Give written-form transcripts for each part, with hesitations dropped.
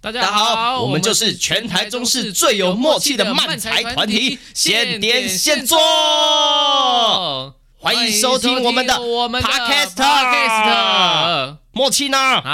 大家好，我们就是全台中市最有默契的漫才团体，现点现做。欢迎收听我们的 Podcast， 默契呢？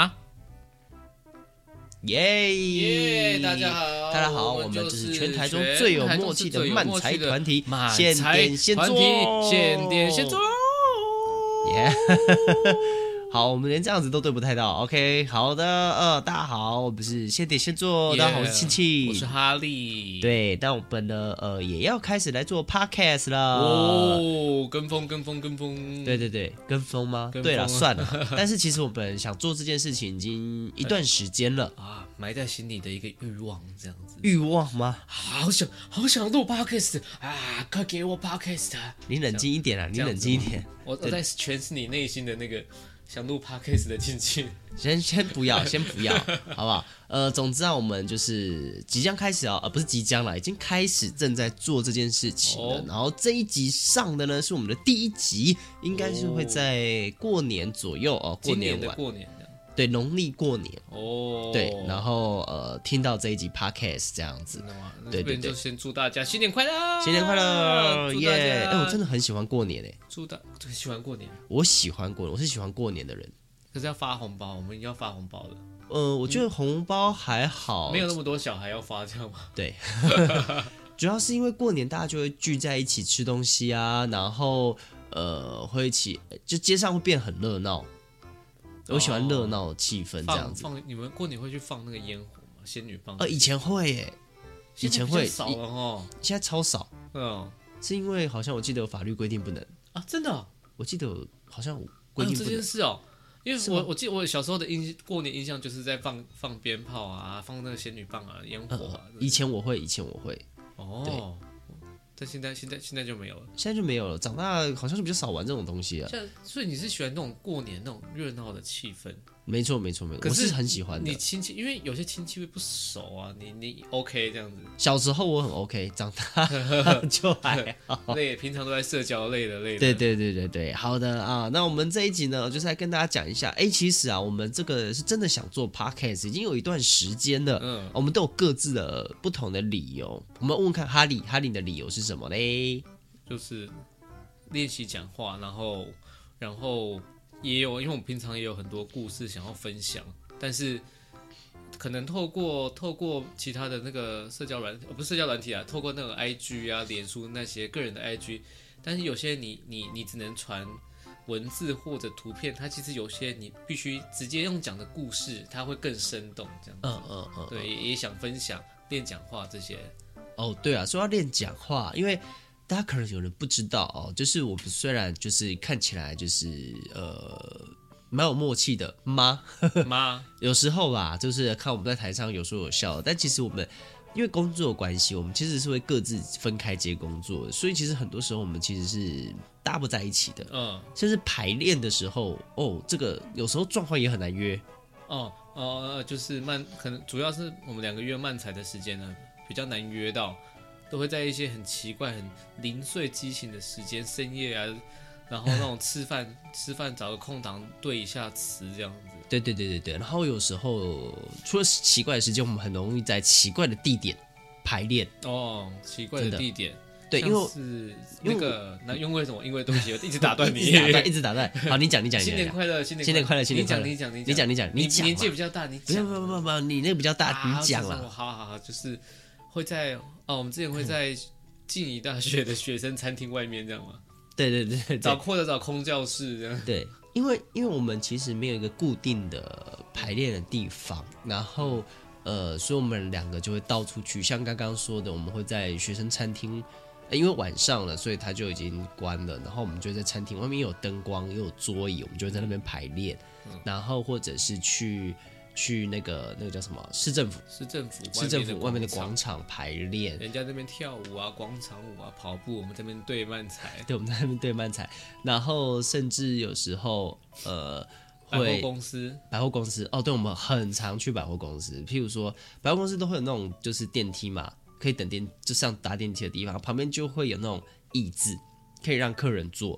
耶！ 大家好， 大家好，我们就是全台中最有默契的漫才团体，现点现做， 现点现做。 耶！好，我们连这样子都对不太到。OK， 好的，大家好，我们是现点现做，大家好，我是庆庆， 我是哈利。 对，但我们呢，也要开始来做 Podcast 了。 哦，跟风。 对，跟风吗？对了，算了。但是其实我们想做这件事情已经一段时间了啊，埋在心里的一个欲望，这样子。 欲望吗？ 好想录 Podcast 啊！快给我 Podcast！ 你冷静一点啊，你冷静一点。 我在诠释你内心的那个想录 Podcast 的进去。 先不要，好不好？总之啊，我们就是即将开始不是即将了，已经开始正在做这件事情了。然后这一集上的呢是我们的第一集，应该是会在过年左右哦， 过年的过年。 对，农历过年哦， 对，然后听到这一集 podcast 这样子， 对，就先祝大家新年快乐， 新年快乐，耶！我真的很喜欢过年很喜欢过年， 我喜欢过年，我是喜欢过年的人。 可是要发红包，我们一定要发红包的。 我觉得红包还好， 没有那么多小孩要发，这样吗？ 对，主要是因为过年大家就会聚在一起吃东西啊，然后会一起，就街上会变很热闹。我喜欢热闹的气氛，这样子。 你们过年会去放那个烟火吗？仙女棒？ 以前会耶，以前会少了哦， 现在超少。是因为好像我记得有法律规定不能啊，真的？ 我记得好像规定不能这件事哦，因为我记得我小时候的过年印象就是在放鞭炮啊，放那个仙女棒啊，烟火啊。 以前我会。 哦。但现在就没有了。 现在就没有了，长大好像是比较少玩这种东西了。 所以你是喜欢那种过年那种热闹的气氛？没错， 我是很喜欢的。 你亲戚，因为有些亲戚会不熟啊，你 OK 这样子。 小时候我很 OK， 长大就还好。 累，平常都在社交，累的。 对，好的啊。那我们这一集呢，就是来跟大家讲一下，其实啊，我们这个是真的想做 podcast， 已经有一段时间了。我们都有各自的不同的理由。我们问问看哈利的理由是什么嘞？ 就是练习讲话，然后也有，因为我们平常也有很多故事想要分享，但是可能透过其他的那个社交软体，不是社交软体啊，透过那个 IG 啊、脸书那些个人的 IG， 但是有些你只能传文字或者图片，它其实有些你必须直接用讲的故事，它会更生动这样子。对，也想分享练讲话这些。 对啊，说要练讲话，因为大家可能有人不知道就是我们虽然就是看起来就是蛮有默契的妈，有时候吧，就是看我们在台上有说有笑，但其实我们因为工作的关系，我们其实是会各自分开接工作的，所以其实很多时候我们其实是搭不在一起的。甚至排练的时候，这个有时候状况也很难约。 就是可能主要是我们2个月漫才的时间呢比较难约到。都会在一些很奇怪、很零碎、激情的时间，深夜啊，然后那种吃饭找个空档对一下词这样子。 对。然后有时候除了奇怪的时间，我们很容易在奇怪的地点排练。 奇怪的地点。 对，因为是那个因为什么？因为对不起，我一直打断你， 一直打断。好，你讲。新年快乐，新年快乐。你讲。你年纪比较大，你讲。 不，你那个比较大，你讲了。 好，就是会在。我们之前会在静宜大学的学生餐厅外面这样吗？ 对， 或者找空教室这样。 对，因为我们其实没有一个固定的排练的地方，然后所以我们2个就会到处去，像刚刚说的，我们会在学生餐厅，因为晚上了，所以它就已经关了，然后我们就在餐厅外面有灯光，又有桌椅，我们就会在那边排练，然后或者是去那个叫什么市政府外面的广场排练， 人家那边跳舞啊、广场舞啊、跑步，我们这边对漫才。 对，我们在那边对漫才，然后甚至有时候百货公司对，我们很常去百货公司，譬如说百货公司都会有那种就是电梯嘛，可以等就像搭电梯的地方，旁边就会有那种椅子可以让客人坐。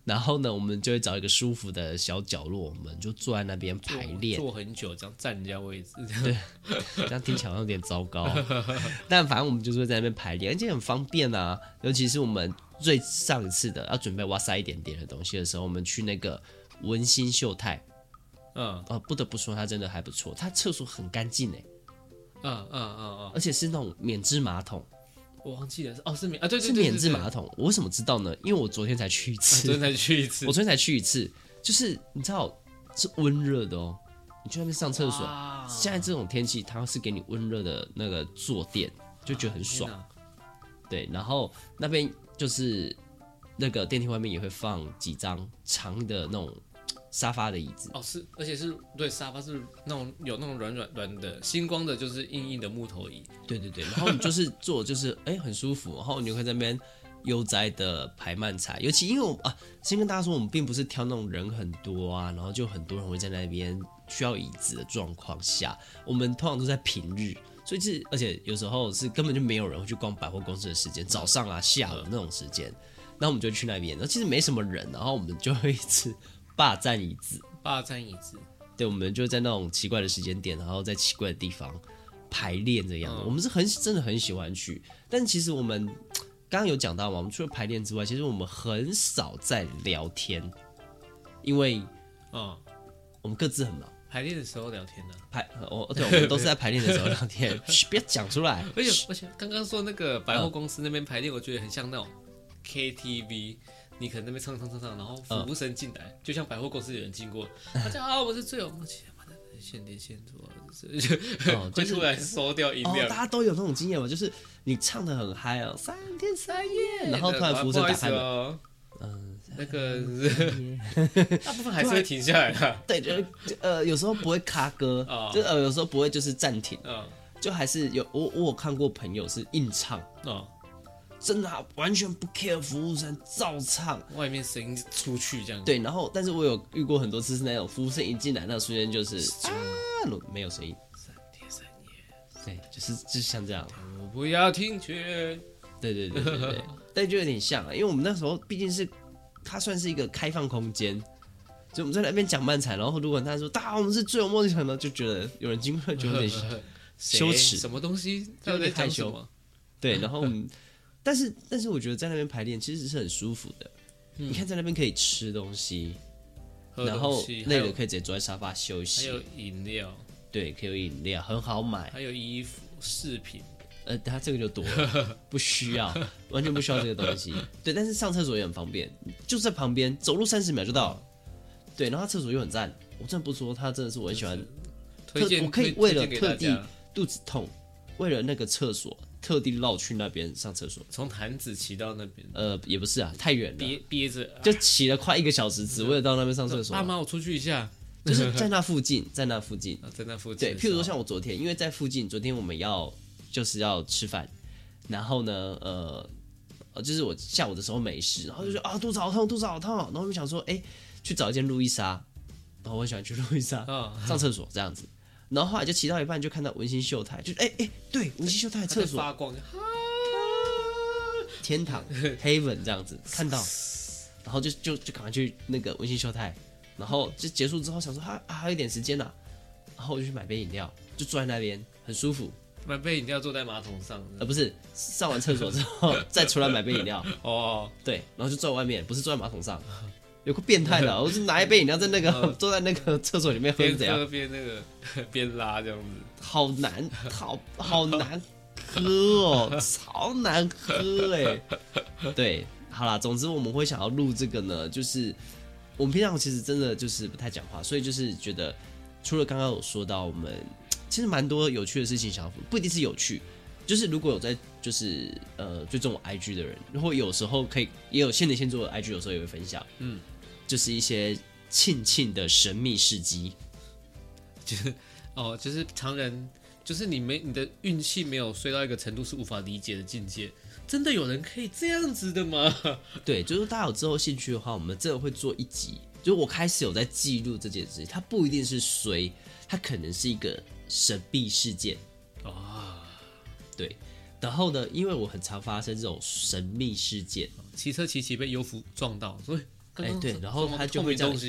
然后呢，我们就会找一个舒服的小角落，我们就坐在那边排练， 坐很久，这样占人家位置。 对，这样听起来好像有点糟糕，但反正我们就是会在那边排练，而且很方便啊。尤其是我们最上一次的要准备哇塞一点点的东西的时候，我们去那个文心秀泰，不得不说它真的还不错，它厕所很干净哎，而且是那种免治马桶。 我忘记了，是对， 是免治马桶。我为什么知道呢？因为我昨天才去一次。 昨天才去一次。 我昨天才去一次，就是你知道是温热的哦。你去那边上厕所，现在这种天气，它是给你温热的那个坐垫，就觉得很爽。对，然后那边就是那个电梯外面也会放几张长的那种沙发的椅子。 是，而且是对沙发是那种有那种软的，星光的，就是硬硬的木头椅。 对，然后你就是坐，就是很舒服，然后你会在那边悠哉的排漫才。尤其因为先跟大家说，我们并不是挑那种人很多啊，然后就很多人会在那边需要椅子的状况下，我们通常都在平日，所以而且有时候是根本就没有人会去逛百货公司的时间，早上啊、下午那种时间，那我们就去那边，然后其实没什么人，然后我们就会一直霸占椅子。对，我们就在那种奇怪的时间点，然后在奇怪的地方排练这样的。我们是真的很喜欢去，但其实我们刚刚有讲到嘛，我们除了排练之外，其实我们很少在聊天，因为我们各自很忙。 排练的时候聊天呢？ 对，我们都是在排练的时候聊天，不要讲出来。 而且刚刚说那个百货公司那边排练，我觉得很像那种 KTV。你可能那边唱，然后服务生进来，就像百货公司有人经过，大家好，我是最有默契的，现点现做，会突然收掉音量。 大家都有那种经验嘛，就是你唱的很嗨哦，3天3夜，然后突然服务生打开门， 那个大部分还是会停下来的。 对，有时候不会卡歌，就有时候不会就是暂停，就还是有我有看过朋友是硬唱，真的完全不 care 服务生，照唱， 外面声音出去这样。 对，然后但是我有遇过很多次是那种服务生一进来，那瞬间就是没有声音，3天3夜，对，就是像这样。 我不要听却。 对，但就有点像，因为我们那时候毕竟是它算是一个开放空间，所以我们在那边讲漫才，然后如果他说我们是最有默契的，就觉得有人经过就有点羞耻， 什么东西有点害羞。 对，然后但是我觉得在那边排练其实是很舒服的。你看在那边可以吃东西，然后累了可以直接坐在沙发休息， 还有饮料， 对，可以有饮料，很好买， 还有衣服饰品。 它这个就多了，不需要，完全不需要这个东西。对，但是上厕所也很方便，就在旁边，走路30秒就到了。对，然后它厕所又很赞，我真的不说，它真的是我很喜欢。 推荐， 我可以为了特地肚子痛，为了那个厕所。特地绕去那边上厕所， 从潭子骑到那边。 也不是啊，太远了， 憋着， 就骑了快1个小时，只为了到那边上厕所。 爸妈，我出去一下， 就是在那附近，在那附近。对，譬如说像我昨天，因为在附近，昨天我们就是要吃饭，然后呢，就是我下午的时候没事，然后就说肚子好痛，然后我们想说，去找一间路易莎，然后我很喜欢去路易莎上厕所这样子。然后后来就骑到一半，就看到文心秀泰，就对，文心秀泰的厕所发光， 天堂 heaven 这样子看到，然后就赶快去那个文心秀泰，然后就结束之后想说还有一点时间然后我就去买杯饮料，就坐在那边很舒服。 买杯饮料坐在马桶上， 不是上完厕所之后再出来买杯饮料。对，然后就坐在外面，不是坐在馬桶上。有个变态的，我是拿一杯饮料在那个坐在那个厕所里面喝，怎样？ 边那个边拉这样子， 好难，好难喝哦，超难喝对，好啦，总之我们会想要录这个呢，就是我们平常其实真的就是不太讲话，所以就是觉得除了刚刚有说到我们其实蛮多有趣的事情想要，不一定是有趣。就是如果有在就是追踪我 IG 的人，然后有时候可以也有现做的 IG， 有时候也会分享，就是一些庆的神秘事迹， 就是常人，就是你的运气没有衰到一个程度是无法理解的境界。真的有人可以这样子的吗？ 对，就是大家有之后兴趣的话，我们这个会做一集，就是我开始有在记录这件事情，它不一定是衰，它可能是一个神秘事件对，然后呢，因为我很常发生这种神秘事件， 骑车骑被幽浮撞到，所以对，然后他就会这样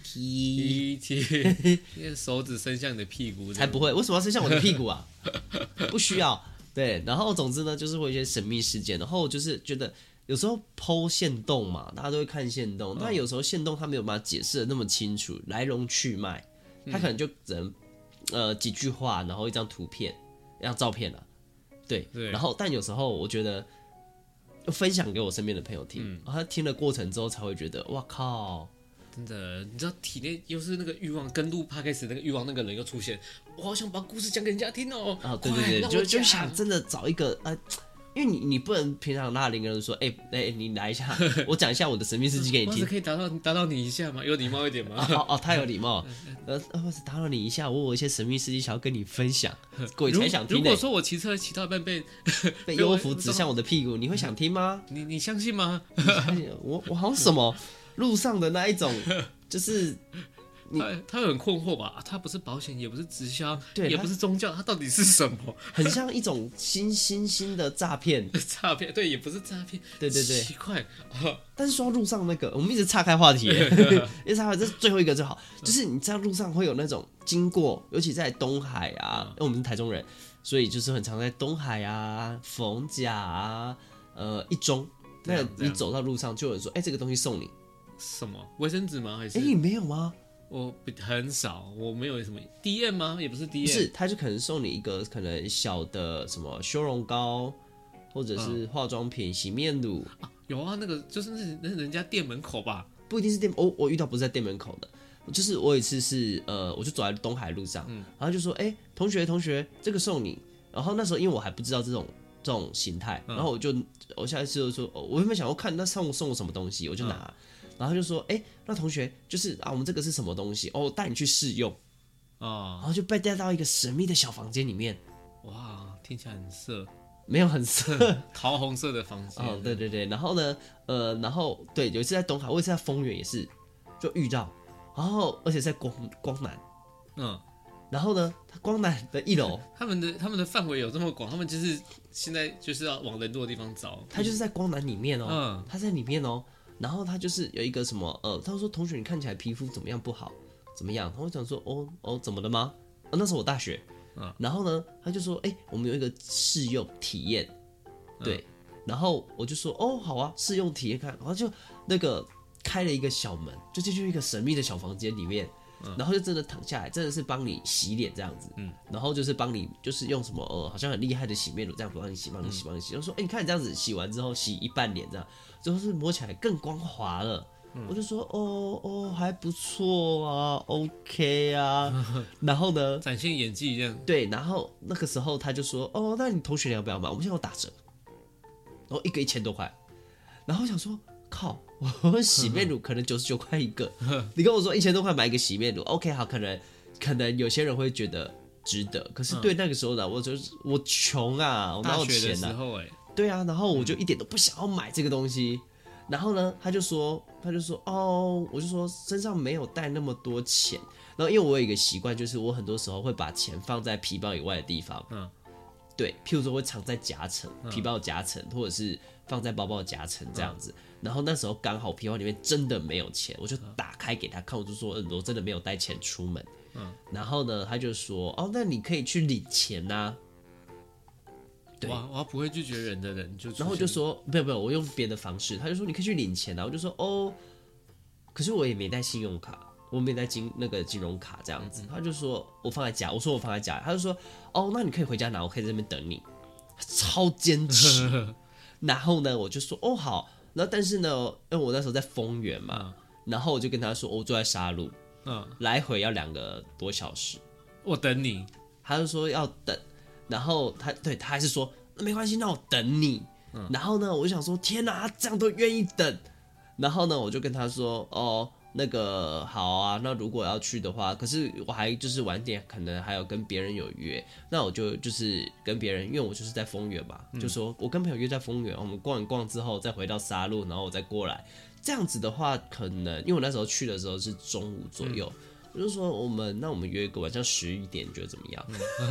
ET，手指伸向你的屁股， 才不会，为什么要伸向我的屁股啊？不需要。对，然后总之呢，就是会有一些神秘事件，然后就是觉得有时候剖限动嘛，大家都会看限动，但有时候限动他没有办法解释的那么清楚来龙去脉，他可能就只能几句话，然后一张图片，一张照片啊，对，然后但有时候我觉得。分享给我身边的朋友听，然后他听了过程之后才会觉得，哇靠， 真的，你知道体内又是那个欲望，跟录 podcast 那个欲望，那个人又出现，我好想把故事讲给人家听哦。 对对对，就想真的找一个因为你不能平常拉0个人说，你来一下，我讲一下我的神秘事迹给你听， 可以打扰你一下吗？有礼貌一点吗？ 他有礼貌，打扰你一下，我有一些神秘事迹想要跟你分享，鬼才想听。 如果说我骑车骑到一半被幽浮指向我的屁股，你会想听吗？ 你相信吗？ 我好像什么路上的那一种，就是。 他很困惑吧？他不是保险，也不是直销，也不是宗教，他到底是什么？ 很像一种新的诈骗。 诈骗对，也不是诈骗。 对， 奇怪。 但是说到路上那个，我们一直岔开话题，一直岔开，这是最后一个就好。就是你知道路上会有那种经过，尤其在东海啊，因为我们是台中人，所以就是很常在东海啊、逢甲啊、一中，那你走到路上就有人说，这个东西送你。 什么卫生纸吗？还是你没有吗？ 我很少，我没有什么 DM 吗？也不是 DM， 不是，他就可能送你一个可能小的什么修容膏，或者是化妆品、洗面乳有啊，那个就是那是人家店门口吧？ 不一定是店，我遇到不是在店门口的，就是我有一次是我就走在东海路上，然后就说同学这个送你，然后那时候因为我还不知道这种形态，然后我下一次就说我原本想要看那送我什么东西，我就拿。然后就说，那同学就是我们这个是什么东西？带你去试用，然后就被带到一个神秘的小房间里面。 哇，听起来很色， 没有很色， 桃红色的房间。 对对对，然后呢，然后对，有一次在东海，我也是在丰原也是，就遇到，然后而且在光南，然后呢，他光南的1楼， 他们的范围有这么广，他们就是现在就是要往人多的地方找。 他就是在光南里面他在里面然后他就是有一个什么他说同学你看起来皮肤怎么样不好怎么样？他会讲说怎么了吗？那是我大学，然后呢他就说我们有一个试用体验，对，然后我就说好啊，试用体验看，然后就那个开了一个小门，就进去一个神秘的小房间里面。然后就真的躺下来，真的是帮你洗脸这样子，然后就是帮你，就是用什么好像很厉害的洗面乳这样帮你洗，然后说你看你这样子洗完之后洗一半脸这样，之后是摸起来更光滑了。我就说还不错啊 ，OK 啊，然后呢展现演技这样。 对，然后那个时候他就说那你同学你要不要买？我们现在有打折，然后一个1000多块，然后我想说靠。我洗面乳可能99块一个，你跟我说1000多块买一个洗面乳 ，OK 好，可能有些人会觉得值得，可是对那个时候呢，我穷啊，我哪有钱啊？对啊，然后我就一点都不想要买这个东西，然后呢，他就说我就说身上没有带那么多钱，然后因为我有一个习惯，就是我很多时候会把钱放在皮包以外的地方，对，譬如说会藏在夹层、皮包夹层，或者是放在包包夹层这样子。然后那时候刚好皮包里面真的没有钱，我就打开给他看，我就说我真的没有带钱出门。然后呢，他就说那你可以去领钱呐。对， 我不会拒绝人的人就。 然后我就说不，我用别的方式。他就说你可以去领钱啊，我就说可是我也没带信用卡，我没带那个金融卡这样子。他就说我放在家，我说我放在家，他就说那你可以回家拿，我可以在那边等你，超坚持。然后呢，我就说好。然后但是呢，因为我那时候在丰原嘛，然后我就跟他说我住在沙鹿，来回要2个多小时， 我等你。 他就说要等，然后他还是说没关系，那我等你。然后呢，我就想说天哪，他这样都愿意等。然后呢，我就跟他说那个好啊，那如果要去的话，可是我还就是晚点，可能还有跟别人有约，那我就是跟别人，因为我就是在丰原嘛，就说我跟朋友约在丰原，我们逛一逛之后再回到沙鹿，然后我再过来。这样子的话，可能因为我那时候去的时候是中午左右，我就说我们约一个晚上11点，你觉得怎么样？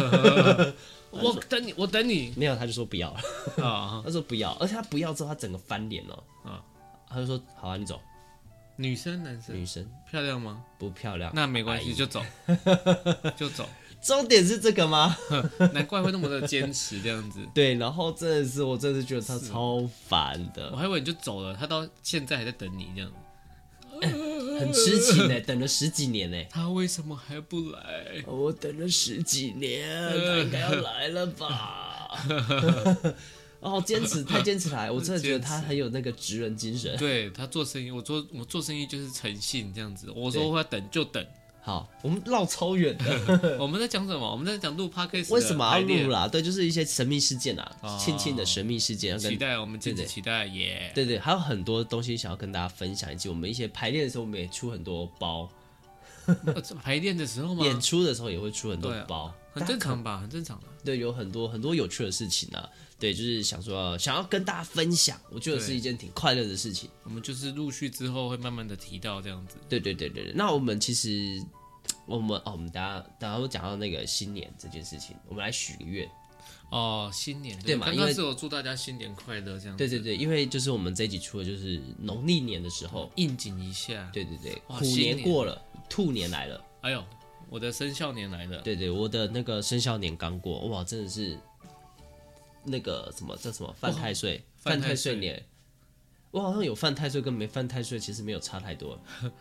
我等你。 没有，他就说不要了。他说不要，而且他不要之后，他整个翻脸他就说好啊，你走。 女生男生？ 女生漂亮吗？ 不漂亮， 那没关系，就走，就走。 重点是这个吗？ 难怪会那么的坚持这样子。 对，然后真的是，我真的是觉得他超烦的。 我还以为你就走了，他到现在还在等你这样子。 很痴情呢，等了10几年呢。 他为什么还不来？ 我等了10几年，他应该要来了吧？哦，坚持，太坚持来，我真的觉得他很有那个职人精神。 对他做生意，我做生意就是诚信这样子。我说我要等就等。 好，我们绕超远的。 我们在讲什么？我们在讲录 podcast 为什么要录啦？对，就是一些神秘事件啊，庆庆的神秘事件， 期待我们敬请期待耶。 对对，还有很多东西想要跟大家分享，以及我们一些排练的时候，我们也出很多包。 排练的时候吗？ 演出的时候也会出很多包， 很正常吧？很正常的。 对，有很多有趣的事情啊。对，就是想要跟大家分享，我觉得是一件挺快乐的事情。 我们就是陆续之后会慢慢的提到这样子。 对。那我们其实，我们等下会讲到那个新年这件事情，我们来许个愿。 哦，新年对嘛？ 刚刚是我祝大家新年快乐这样子。 对，因为就是我们这一集出的就是农历年的时候， 应景一下。对， 虎年过了，兔年来了。 哎呦，我的生肖年来了。 对，我的那个生肖年刚过，哇，真的是那个什么叫什么犯太岁，犯太岁年。我好像有犯太岁跟没犯太岁，其实没有差太多。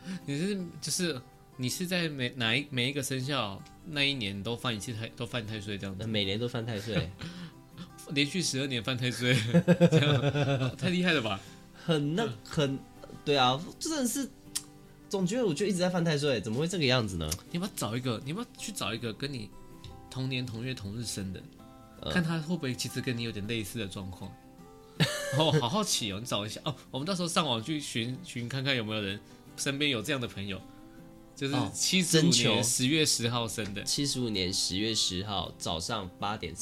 你是在每一个生肖那一年都犯太岁这样子？ 每年都犯太岁， 连续12年犯太岁，这样太厉害了吧？ 很对啊，真的是总觉得我就一直在犯太岁，怎么会这个样子呢？ 你要不要去找一个跟你同年同月同日生的，看他会不会其实跟你有点类似的状况？好好奇哦，你找一下哦。我们到时候上网去寻看看有没有人身边有这样的朋友。就是75年10月10号生的 ，75年10月10号早上8点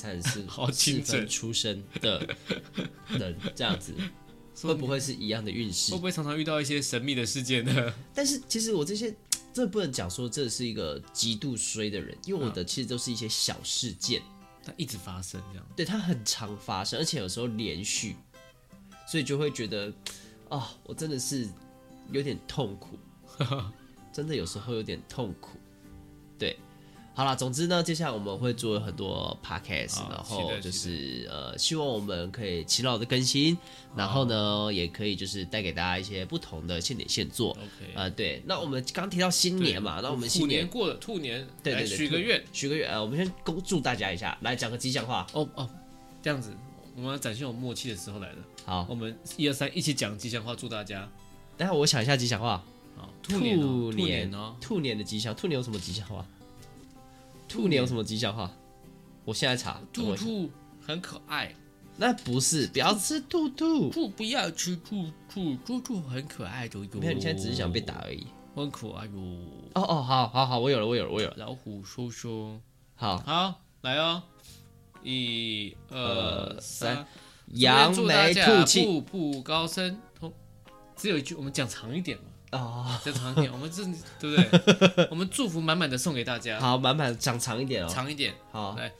34分出生的人，这样子会不会是一样的运势？ 会不会常常遇到一些神秘的事件呢？ 但是其实我这不能讲说这是一个极度衰的人，因为我的其实都是一些小事件， 它一直发生这样。 对，它很常发生，而且有时候连续，所以就会觉得我真的是有点痛苦。真的有时候有点痛苦，对，好啦，总之呢，接下来我们会做很多 podcast，然后就是希望我们可以勤劳的更新，然后呢，也可以就是带给大家一些不同的现点现做。 OK， 对，那我们刚提到新年嘛，那我们新年过了，兔年， 对， 许个愿， 我们先祝大家一下，来讲个吉祥话。 这样子，我们要展现我们默契的时候来了。 好， 我们1、2、3一起讲吉祥话，祝大家。 等一下我想一下吉祥话。 兔年的吉祥，兔年有什么吉祥话？兔年有什么吉祥话？我现在查。 兔很可爱。 那不是，不要吃兔。 兔不要吃兔很可爱的哟。 没有，你现在只是想被打而已。 我很可爱哟。 好，我有了。 老虎说说。 好， 来哦。1、2、3， 扬眉吐气， 步步高升。只有一句，我们讲长一点嘛。再长一点，我们对不对？我们祝福满满的送给大家。 好，满满讲长一点哦， 长一点。 好， 来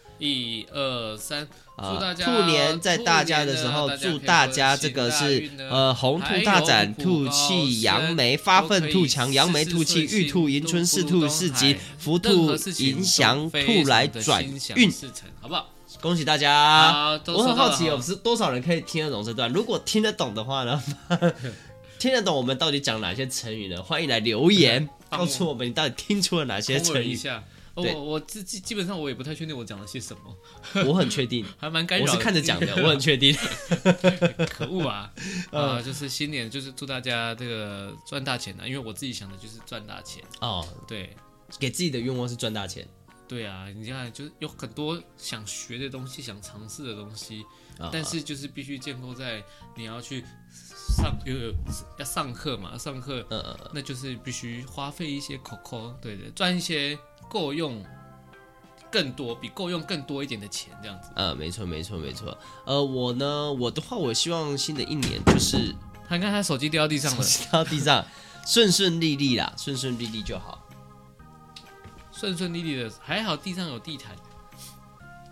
1、2、3，祝大家兔年在大家的时候，祝大家这个是红兔大展，兔气扬眉，发愤图强，扬眉吐气，玉兔迎春，四兔四吉，福兔迎祥，兔来转运， 好不好？ 恭喜大家！ 我很好奇，是多少人可以听得懂这段？如果听得懂的话呢？听得懂我们到底讲哪些成语呢？欢迎来留言告诉我们你到底听出了哪些成语。 我基本上我也不太确定我讲了些什么。 我很确定， 还蛮干扰的。 我是看着讲的，我很确定。 可恶啊！就是新年，就是祝大家这个赚大钱因为我自己想的就是赚大钱对， 给自己的愿望是赚大钱。 对啊，你看，就是有很多想学的东西，想尝试的东西，但是就是必须建构在你要去要上课嘛，上课，那就是必须花费一些口，对，赚一些够用更多，比够用更多一点的钱，这样子。 没错。我的话，我希望新的一年就是他看他手机掉到地上了， 掉到地上，顺利利啦，顺利利就好。 顺利利的，还好地上有地毯。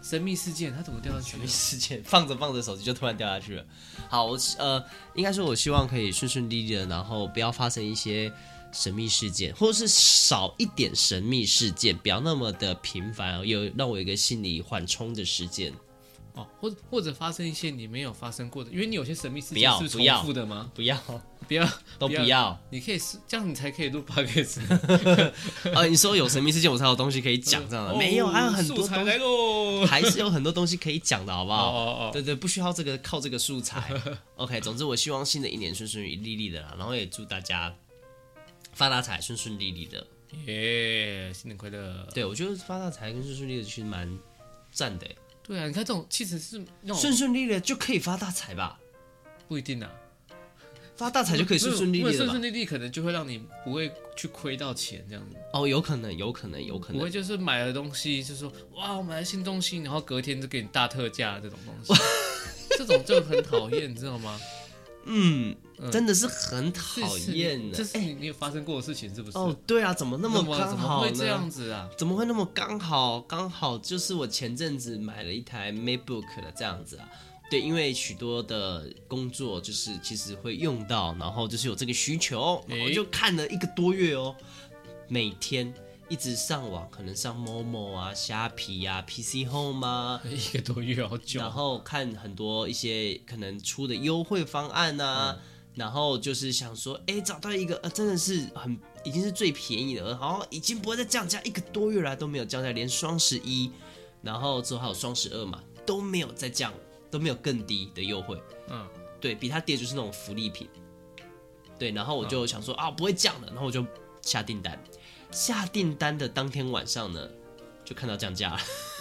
神秘事件，他怎么掉下去？ 神秘事件，放着放着手机就突然掉下去了。好，应该说我希望可以顺顺利利的，然后不要发生一些神秘事件，或者是少一点神秘事件，不要那么的频繁，让我有一个心理缓冲的时间。 哦，或者发生一些你没有发生过的，因为你有些神秘事件是重复的吗？ 不要， 都不要。 你可以这样，你才可以录 podcast。 你说有神秘事件，我才有东西可以讲，这样的没有，还有很多东西，还是有很多东西可以讲的，好不好？对，不需要靠这个素材。OK， 总之我希望新的一年顺顺利利的啦，然后也祝大家发大财，顺顺利利的。 耶，新年快乐！ 对，我觉得发大财跟顺顺利的其实蛮赞的。 对啊，你看这种其实是那种顺顺利利的就可以发大财吧？ 不一定啊， 发大财就可以顺顺利利的吧？ 顺顺利利可能就会让你不会去亏到钱这样子。 哦，有可能。 不会就是买了东西就说哇，我买了新东西，然后隔天就给你大特价这种东西，这种就很讨厌，你知道吗？ 真的是很讨厌的。 这是你有发生过的事情是不是？ 哦，对啊，怎么那么刚好呢？ 怎么会这样子啊？ 怎么会那么刚好？刚好就是我前阵子买了一台 MacBook 的这样子啊。对，因为许多的工作就是其实会用到，然后就是有这个需求，我就看了1个多月哦，每天一直上网，可能上 Momo 啊、虾皮啊、PC Home 啊 ，1个多月好久。 然后看很多一些可能出的优惠方案啊。然后就是想说，找到一个真的是已经是最便宜的，然后已经不会再降价，1个多月来都没有降价，连双11，然后之后还有双12嘛，都没有再降，都没有更低的优惠。对比它跌就是那种福利品。对，然后我就想说不会降的，然后我就下订单。下订单的当天晚上呢，就看到降价了。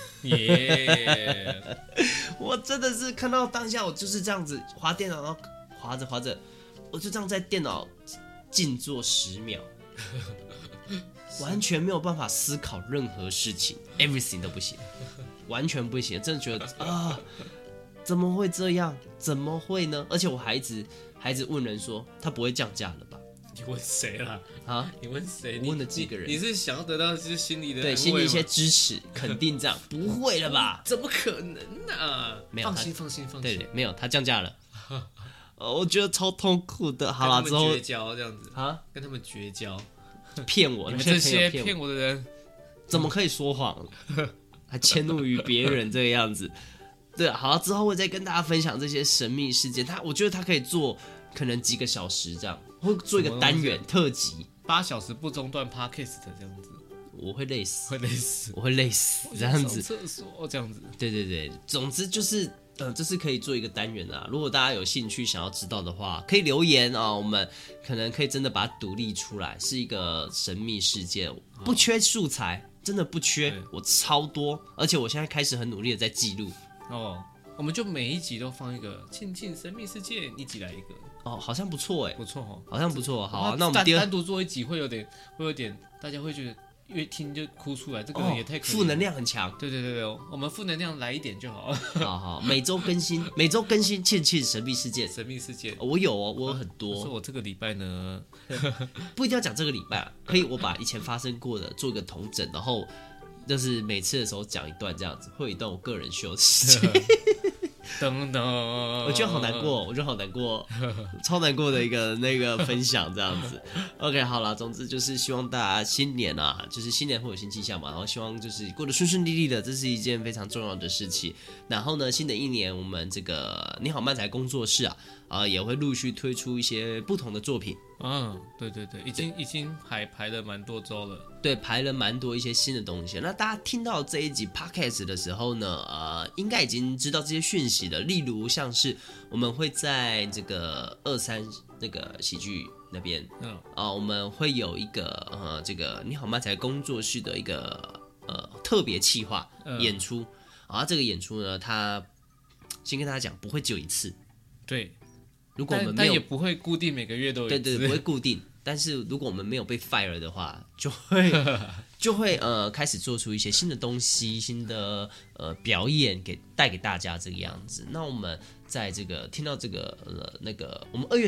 耶！ 我真的是看到当下，我就是这样子滑电脑，然后滑着。我就这样在电脑静坐10秒，完全没有办法思考任何事情 ，everything 都不行，完全不行，真的觉得怎么会这样？怎么会呢？而且我还一直问人说，他不会降价了吧？ 你问谁啦？你问谁？ 我问了几个人？ 你是想要得到就是心里的对心里一些支持、肯定，这样不会了吧？ 怎么可能啊？ 没有， 放心。 对，没有，他降价了。我觉得超痛苦的。好了，之后绝交这样子跟他们绝交， 骗我， 你们这些骗我的人， 怎么可以说谎，还迁怒于别人这个样子？对，好，之后会再跟大家分享这些神秘事件。我觉得他可以做可能几个小时这样，会做一个单元特辑 ，8小时不中断 podcast 这样子。 我会累死， 我会累死这样子。 上厕所这样子。 对，总之就是。这是可以做一个单元的啊。如果大家有兴趣想要知道的话，可以留言啊，我们可能可以真的把它独立出来，是一个神秘事件，不缺素材，真的不缺，我超多，而且我现在开始很努力的在记录。 我们就每一集都放一个庆神秘事件，一集来一个。 好像不错不错好像不错。好，那我们单独做一集会有点，大家会觉得。越听就哭出来，这个人也太可怜了， 负能量很强。 对，我们负能量来一点就好了。 好，每周更新，庆神秘事件。我有很多。 说我这个礼拜呢， 不一定要讲这个礼拜，可以我把以前发生过的做一个统整，然后就是每次的时候讲一段这样子，会有一段我个人秀的事情。 等等， 我觉得好难过，超难过的一个那个分享这样子。OK， 好了，总之就是希望大家新年啊，就是新年会有新气象嘛，然后希望就是过得顺顺利利的，这是一件非常重要的事情。然后呢，新的一年我们这个你好漫才工作室也会陆续推出一些不同的作品。 对，已经排了蛮多周了。 对，排了蛮多一些新的东西。那大家听到这一集 podcast 的时候呢，应该已经知道这些讯息了。例如像是我们会在这个23那个喜剧那边，我们会有一个这个你好漫才工作室的一个特别企划演出。这个演出呢，它先跟大家讲，不会只有一次。 对。 如果我们没有， 但也不会固定每个月都有一次。 对，不会固定。但是如果我们没有被 fire 的话，就会开始做出一些新的东西、新的表演带给大家这个样子。那我们在这个听到这个那个我们2月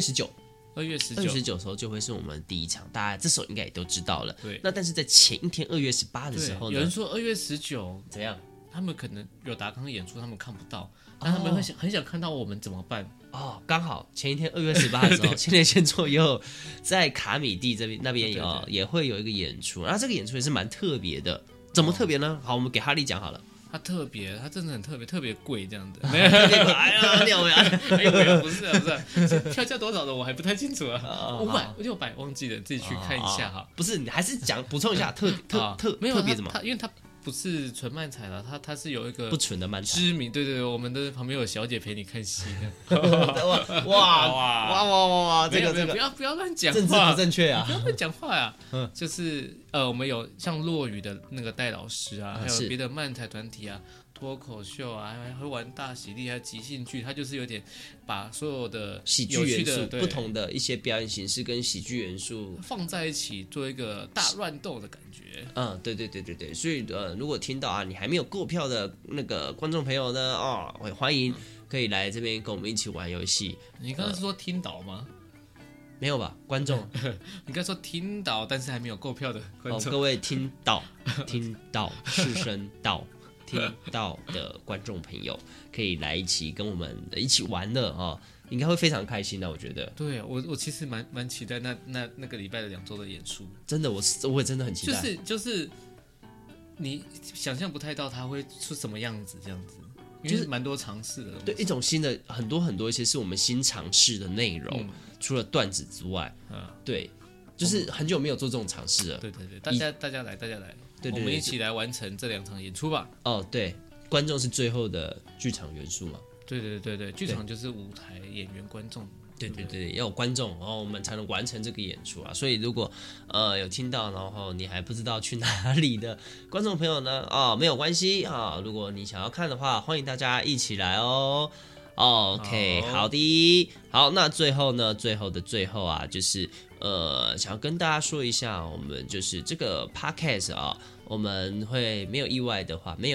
19的时候就会是我们第一场，大家这时候应该也都知道了。 对。 那但是在前一天2月18的时候呢， 有人说2月19 怎样？ 他们可能有达康演出，他们看不到，但他们很想看到我们怎么办？ 哦，刚好前一天2月18的时候，千年前左右在卡米蒂那边也会有一个演出，然后这个演出也是蛮特别的。怎么特别呢？好，我们给哈利讲好了。 它特别，它真的很特别，特别贵这样子。 没有，哎呀， 不是，票价多少的我还不太清楚啊，500、600忘记了，自己去看一下哈。 不是，你还是补充一下特别什么？ 因为它不是纯漫才了，它是有一个不纯的漫才， 知名。对，我们的旁边有小姐陪你看戏的。 哇，这个不要乱讲话， 政治不正确啊！ 不要乱讲话呀。就是我们有像落语的那个戴老师啊，还有别的漫才团体啊。脱口秀啊，还会玩大喜力，还有即兴剧，它就是有点把所有的喜剧元素、不同的一些表演形式跟喜剧元素放在一起，做一个大乱斗的感觉。 对，所以如果听到啊，你还没有购票的那个观众朋友呢，欢迎可以来这边跟我们一起玩游戏。 你刚刚是说听到吗？ 没有吧，观众？ 你刚说听到，但是还没有购票的观众。 各位听到是声道。听到的观众朋友可以来一起跟我们一起玩的应该会非常开心的，我觉得。 对，我其实蛮期待那个礼拜的2周的演出。 真的，我也真的很期待。 就是你想象不太到他会出什么样子，这样子，就是蛮多尝试的。 对，一种新的很多一些是我们新尝试的内容，除了段子之外，对，就是很久没有做这种尝试了。 对，大家来。 对， 我们一起来完成这2场演出吧。 对，观众是最后的剧场元素嘛。 对，剧场就是舞台演员观众。 对，要有观众，然后我们才能完成这个演出啊。所以如果有听到，然后你还不知道去哪里的观众朋友呢，没有关系啊。如果你想要看的话，欢迎大家一起来哦。OK， 好的，好，那最后的最后啊，就是想要跟大家说一下，我们就是这个 podcast 啊，我们会没有意外的话，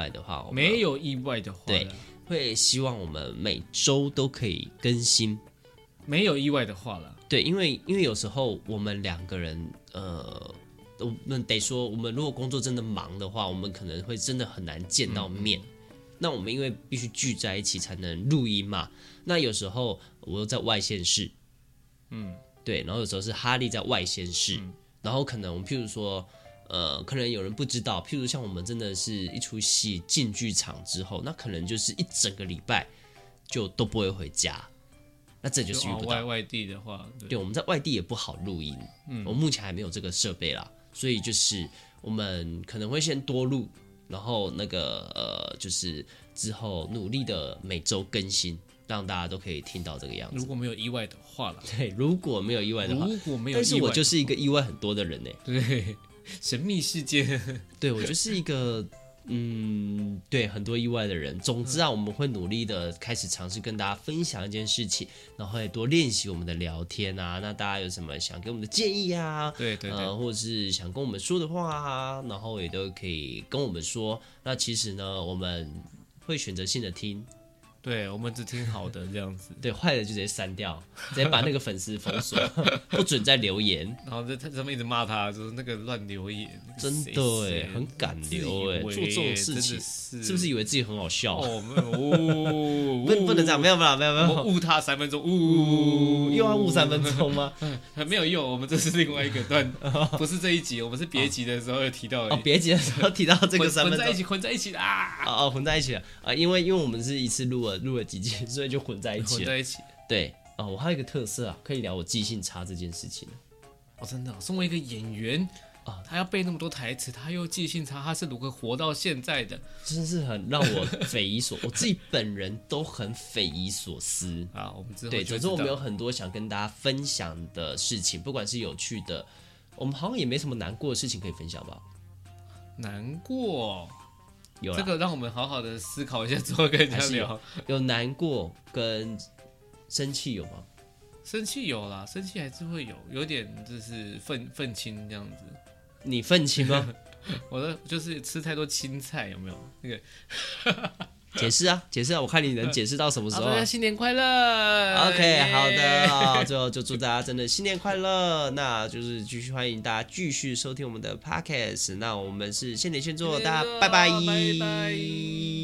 对，会希望我们每周都可以更新。 没有意外的话啦， 对，因为有时候我们2个人，我们得说，我们如果工作真的忙的话，我们可能会真的很难见到面。那我们因为必须聚在一起才能录音嘛，那有时候我又在外县市，对，然后有时候是哈利在外县市，然后可能我们譬如说，可能有人不知道，譬如像我们真的是一出戏进剧场之后，那可能就是一整个礼拜就都不会回家。那这就是遇不到外地的话， 对，我们在外地也不好录音，我目前还没有这个设备啦，所以就是我们可能会先多录，然后就是之后努力的每周更新，让大家都可以听到这个样子。 如果没有意外的话啦， 对，如果没有意外的话，但是我就是一个意外很多的人呢。 对，神秘事件， 对，我就是一个。对，很多意外的人。总之啊，我们会努力的开始尝试跟大家分享一件事情，然后也多练习我们的聊天啊。那大家有什么想给我们的建议啊？ 对， 或者是想跟我们说的话啊，然后也都可以跟我们说。那其实呢，我们会选择性的听。 对，我们只听好的这样子， 对，坏的就直接删掉，直接把那个粉丝封锁，不准再留言。 然后在上面一直骂他，就是那个乱留言， 真的哎，很敢留哎，做这种事情是不是以为自己很好笑？不能这样，没有， 我误他3分钟， 又要误3分钟吗？ 没有用，我们这是另外一个段，不是这一集，我们是别集的时候有提到别集的时候提到这个3分钟， 混在一起的啊！混在一起了啊！因为我们是一次录了几集，所以就混在一起。对我还有一个特色啊，可以聊我记性差这件事情。 真的，身为一个演员他要背那么多台词，他又记性差，他是如何活到现在的？ 真是很让我匪夷所，我自己本人都很匪夷所思啊。我们之后对，总之我们有很多想跟大家分享的事情，不管是有趣的，我们好像也没什么难过的事情可以分享吧？ 难过。 有这个让我们好好的思考一下之后跟人家聊。 有难过跟生气有吗？ 生气有啦，生气还是会有点就是愤青这样子。 你愤青吗？ 我的就是吃太多青菜，有没有那个？ 解释啊，我看你能解释到什么时候、 大家新年快乐 OK， 好的，最后就祝大家真的新年快乐。那就是继续欢迎大家继续收听我们的 Podcast。那我们是现点现做，大家拜拜。 拜拜。